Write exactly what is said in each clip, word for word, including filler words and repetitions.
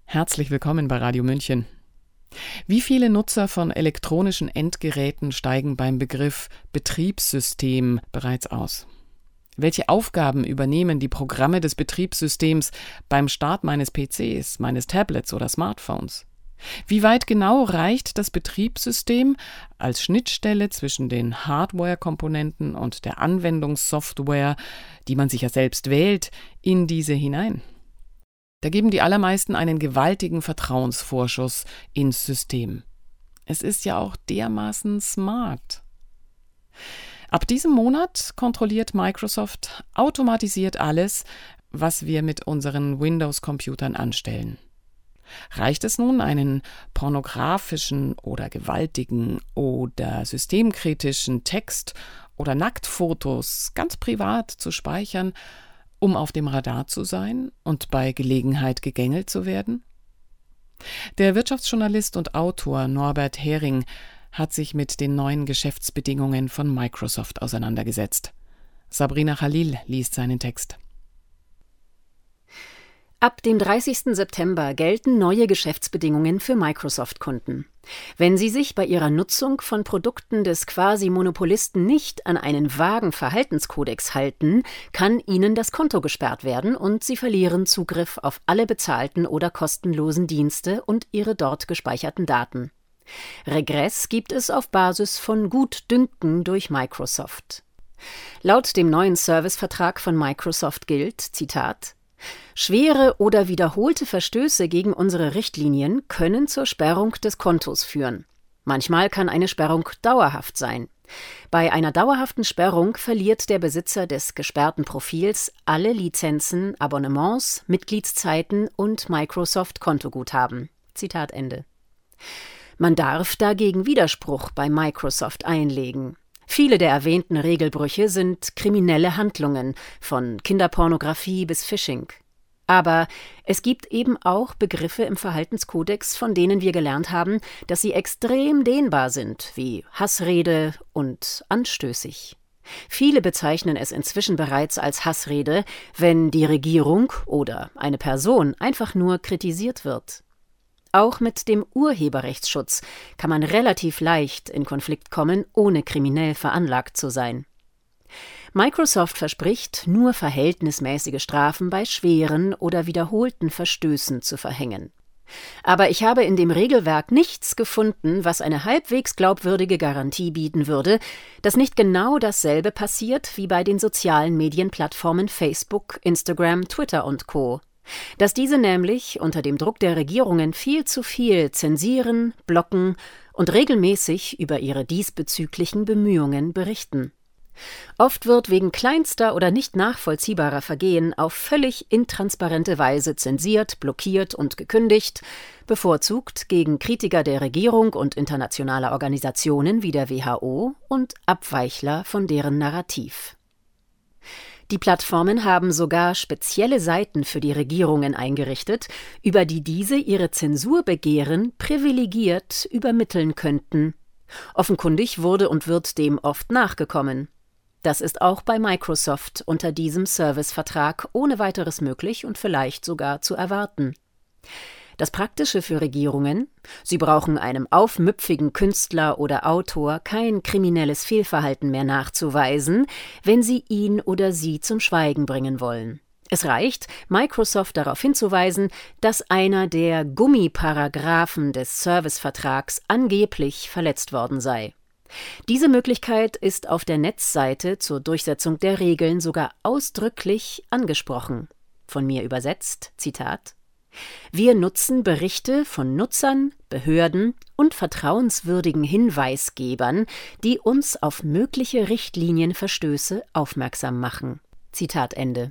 Herzlich willkommen bei Radio München. Wie viele Nutzer von elektronischen Endgeräten steigen beim Begriff Betriebssystem bereits aus? Welche Aufgaben übernehmen die Programme des Betriebssystems beim Start meines P Cs, meines Tablets oder Smartphones? Wie weit genau reicht das Betriebssystem als Schnittstelle zwischen den Hardware-Komponenten und der Anwendungssoftware, die man sich ja selbst wählt, in diese hinein? Da geben die allermeisten einen gewaltigen Vertrauensvorschuss ins System. Es ist ja auch dermaßen smart. Ab diesem Monat kontrolliert Microsoft automatisiert alles, was wir mit unseren Windows-Computern anstellen. Reicht es nun, einen pornografischen oder gewaltigen oder systemkritischen Text oder Nacktfotos ganz privat zu speichern, um auf dem Radar zu sein und bei Gelegenheit gegängelt zu werden? Der Wirtschaftsjournalist und Autor Norbert Hering hat sich mit den neuen Geschäftsbedingungen von Microsoft auseinandergesetzt. Sabrina Khalil liest seinen Text. Ab dem dreißigsten September gelten neue Geschäftsbedingungen für Microsoft-Kunden. Wenn sie sich bei ihrer Nutzung von Produkten des Quasi-Monopolisten nicht an einen vagen Verhaltenskodex halten, kann ihnen das Konto gesperrt werden und sie verlieren Zugriff auf alle bezahlten oder kostenlosen Dienste und ihre dort gespeicherten Daten. Regress gibt es auf Basis von Gutdünken durch Microsoft. Laut dem neuen Servicevertrag von Microsoft gilt, Zitat, schwere oder wiederholte Verstöße gegen unsere Richtlinien können zur Sperrung des Kontos führen. Manchmal kann eine Sperrung dauerhaft sein. Bei einer dauerhaften Sperrung verliert der Besitzer des gesperrten Profils alle Lizenzen, Abonnements, Mitgliedszeiten und Microsoft-Kontoguthaben. Zitat Ende. Man darf dagegen Widerspruch bei Microsoft einlegen. Viele der erwähnten Regelbrüche sind kriminelle Handlungen, von Kinderpornografie bis Phishing. Aber es gibt eben auch Begriffe im Verhaltenskodex, von denen wir gelernt haben, dass sie extrem dehnbar sind, wie Hassrede und anstößig. Viele bezeichnen es inzwischen bereits als Hassrede, wenn die Regierung oder eine Person einfach nur kritisiert wird. Auch mit dem Urheberrechtsschutz kann man relativ leicht in Konflikt kommen, ohne kriminell veranlagt zu sein. Microsoft verspricht, nur verhältnismäßige Strafen bei schweren oder wiederholten Verstößen zu verhängen. Aber ich habe in dem Regelwerk nichts gefunden, was eine halbwegs glaubwürdige Garantie bieten würde, dass nicht genau dasselbe passiert wie bei den sozialen Medienplattformen Facebook, Instagram, Twitter und Co., dass diese nämlich unter dem Druck der Regierungen viel zu viel zensieren, blocken und regelmäßig über ihre diesbezüglichen Bemühungen berichten. Oft wird wegen kleinster oder nicht nachvollziehbarer Vergehen auf völlig intransparente Weise zensiert, blockiert und gekündigt, bevorzugt gegen Kritiker der Regierung und internationaler Organisationen wie der W H O und Abweichler von deren Narrativ. Die Plattformen haben sogar spezielle Seiten für die Regierungen eingerichtet, über die diese ihre Zensurbegehren privilegiert übermitteln könnten. Offenkundig wurde und wird dem oft nachgekommen. Das ist auch bei Microsoft unter diesem Servicevertrag ohne weiteres möglich und vielleicht sogar zu erwarten. Das Praktische für Regierungen: Sie brauchen einem aufmüpfigen Künstler oder Autor kein kriminelles Fehlverhalten mehr nachzuweisen, wenn sie ihn oder sie zum Schweigen bringen wollen. Es reicht, Microsoft darauf hinzuweisen, dass einer der Gummiparagraphen des Servicevertrags angeblich verletzt worden sei. Diese Möglichkeit ist auf der Netzseite zur Durchsetzung der Regeln sogar ausdrücklich angesprochen. Von mir übersetzt, Zitat: Wir nutzen Berichte von Nutzern, Behörden und vertrauenswürdigen Hinweisgebern, die uns auf mögliche Richtlinienverstöße aufmerksam machen. Zitat Ende.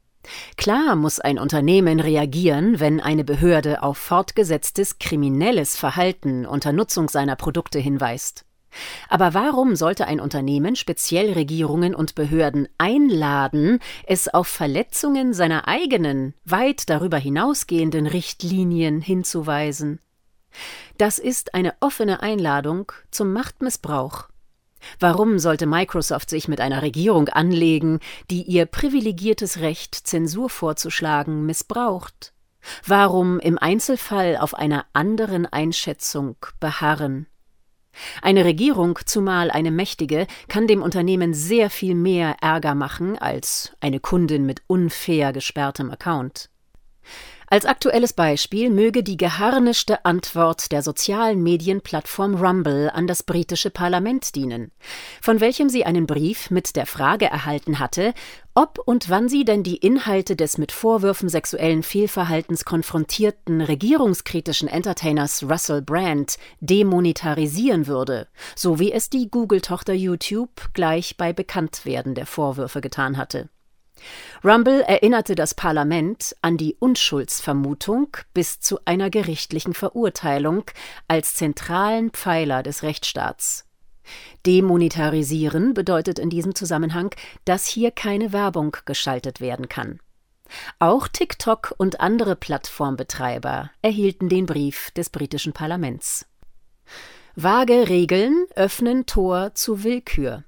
Klar muss ein Unternehmen reagieren, wenn eine Behörde auf fortgesetztes kriminelles Verhalten unter Nutzung seiner Produkte hinweist. Aber warum sollte ein Unternehmen speziell Regierungen und Behörden einladen, es auf Verletzungen seiner eigenen, weit darüber hinausgehenden Richtlinien hinzuweisen? Das ist eine offene Einladung zum Machtmissbrauch. Warum sollte Microsoft sich mit einer Regierung anlegen, die ihr privilegiertes Recht, Zensur vorzuschlagen, missbraucht? Warum im Einzelfall auf einer anderen Einschätzung beharren? Eine Regierung, zumal eine mächtige, kann dem Unternehmen sehr viel mehr Ärger machen als eine Kundin mit unfair gesperrtem Account. Als aktuelles Beispiel möge die geharnischte Antwort der sozialen Medienplattform Rumble an das britische Parlament dienen, von welchem sie einen Brief mit der Frage erhalten hatte, ob und wann sie denn die Inhalte des mit Vorwürfen sexuellen Fehlverhaltens konfrontierten regierungskritischen Entertainers Russell Brand demonetarisieren würde, so wie es die Google-Tochter YouTube gleich bei Bekanntwerden der Vorwürfe getan hatte. Rumble erinnerte das Parlament an die Unschuldsvermutung bis zu einer gerichtlichen Verurteilung als zentralen Pfeiler des Rechtsstaats. Demonetarisieren bedeutet in diesem Zusammenhang, dass hier keine Werbung geschaltet werden kann. Auch TikTok und andere Plattformbetreiber erhielten den Brief des britischen Parlaments. Vage Regeln öffnen Tor zu Willkür.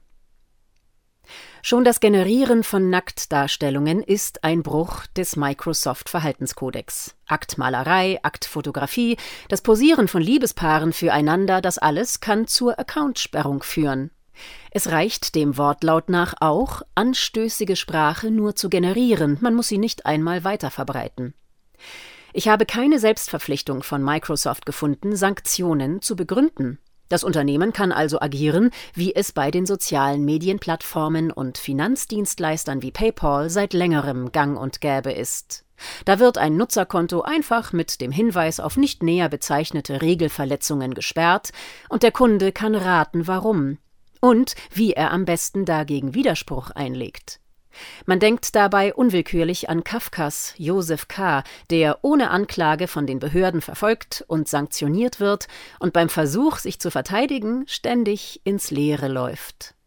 Schon das Generieren von Nacktdarstellungen ist ein Bruch des Microsoft-Verhaltenskodex. Aktmalerei, Aktfotografie, das Posieren von Liebespaaren füreinander, das alles kann zur Accountsperrung führen. Es reicht dem Wortlaut nach auch, anstößige Sprache nur zu generieren, man muss sie nicht einmal weiterverbreiten. Ich habe keine Selbstverpflichtung von Microsoft gefunden, Sanktionen zu begründen. Das Unternehmen kann also agieren, wie es bei den sozialen Medienplattformen und Finanzdienstleistern wie PayPal seit längerem gang und gäbe ist. Da wird ein Nutzerkonto einfach mit dem Hinweis auf nicht näher bezeichnete Regelverletzungen gesperrt und der Kunde kann raten, warum und wie er am besten dagegen Widerspruch einlegt. Man denkt dabei unwillkürlich an Kafkas Josef K., der ohne Anklage von den Behörden verfolgt und sanktioniert wird und beim Versuch, sich zu verteidigen, ständig ins Leere läuft.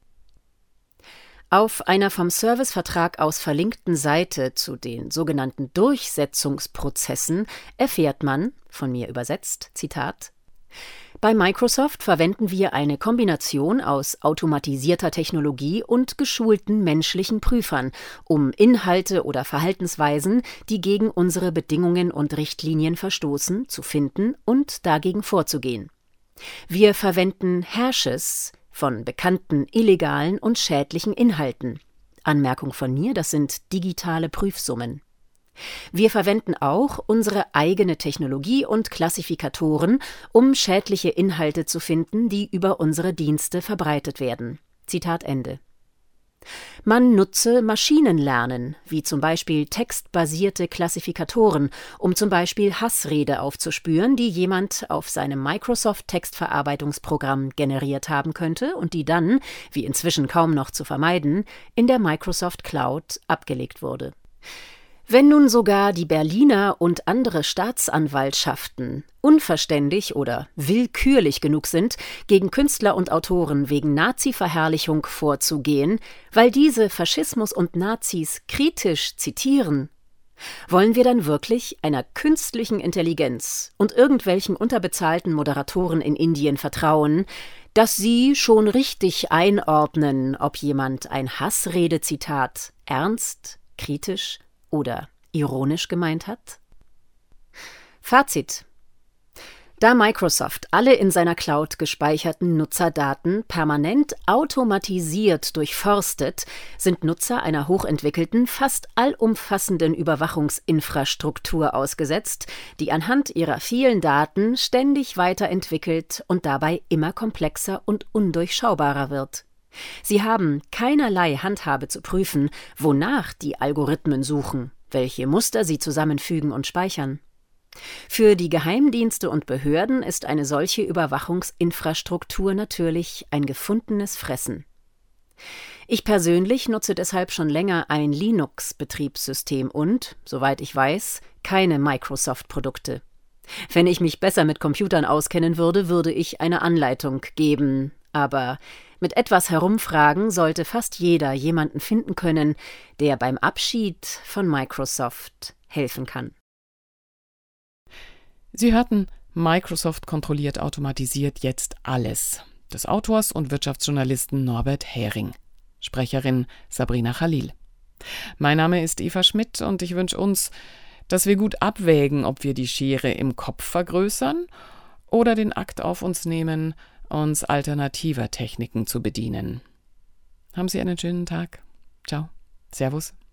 Auf einer vom Servicevertrag aus verlinkten Seite zu den sogenannten Durchsetzungsprozessen erfährt man, von mir übersetzt, Zitat: Bei Microsoft verwenden wir eine Kombination aus automatisierter Technologie und geschulten menschlichen Prüfern, um Inhalte oder Verhaltensweisen, die gegen unsere Bedingungen und Richtlinien verstoßen, zu finden und dagegen vorzugehen. Wir verwenden Hashes von bekannten illegalen und schädlichen Inhalten. Anmerkung von mir, das sind digitale Prüfsummen. Wir verwenden auch unsere eigene Technologie und Klassifikatoren, um schädliche Inhalte zu finden, die über unsere Dienste verbreitet werden. Zitat Ende. Man nutze Maschinenlernen, wie zum Beispiel textbasierte Klassifikatoren, um zum Beispiel Hassrede aufzuspüren, die jemand auf seinem Microsoft-Textverarbeitungsprogramm generiert haben könnte und die dann, wie inzwischen kaum noch zu vermeiden, in der Microsoft Cloud abgelegt wurde. Wenn nun sogar die Berliner und andere Staatsanwaltschaften unverständig oder willkürlich genug sind, gegen Künstler und Autoren wegen Nazi-Verherrlichung vorzugehen, weil diese Faschismus und Nazis kritisch zitieren, wollen wir dann wirklich einer künstlichen Intelligenz und irgendwelchen unterbezahlten Moderatoren in Indien vertrauen, dass sie schon richtig einordnen, ob jemand ein Hassrede-Zitat ernst, kritisch oder ironisch gemeint hat? Fazit: Da Microsoft alle in seiner Cloud gespeicherten Nutzerdaten permanent automatisiert durchforstet, sind Nutzer einer hochentwickelten, fast allumfassenden Überwachungsinfrastruktur ausgesetzt, die anhand ihrer vielen Daten ständig weiterentwickelt und dabei immer komplexer und undurchschaubarer wird. Sie haben keinerlei Handhabe zu prüfen, wonach die Algorithmen suchen, welche Muster sie zusammenfügen und speichern. Für die Geheimdienste und Behörden ist eine solche Überwachungsinfrastruktur natürlich ein gefundenes Fressen. Ich persönlich nutze deshalb schon länger ein Linux-Betriebssystem und, soweit ich weiß, keine Microsoft-Produkte. Wenn ich mich besser mit Computern auskennen würde, würde ich eine Anleitung geben, aber mit etwas Herumfragen sollte fast jeder jemanden finden können, der beim Abschied von Microsoft helfen kann. Sie hörten, Microsoft kontrolliert automatisiert jetzt alles. Des Autors und Wirtschaftsjournalisten Norbert Häring. Sprecherin Sabrina Khalil. Mein Name ist Eva Schmidt und ich wünsche uns dass wir gut abwägen, ob wir die Schere im Kopf vergrößern oder den Akt auf uns nehmen, uns alternativer Techniken zu bedienen. Haben Sie einen schönen Tag. Ciao. Servus.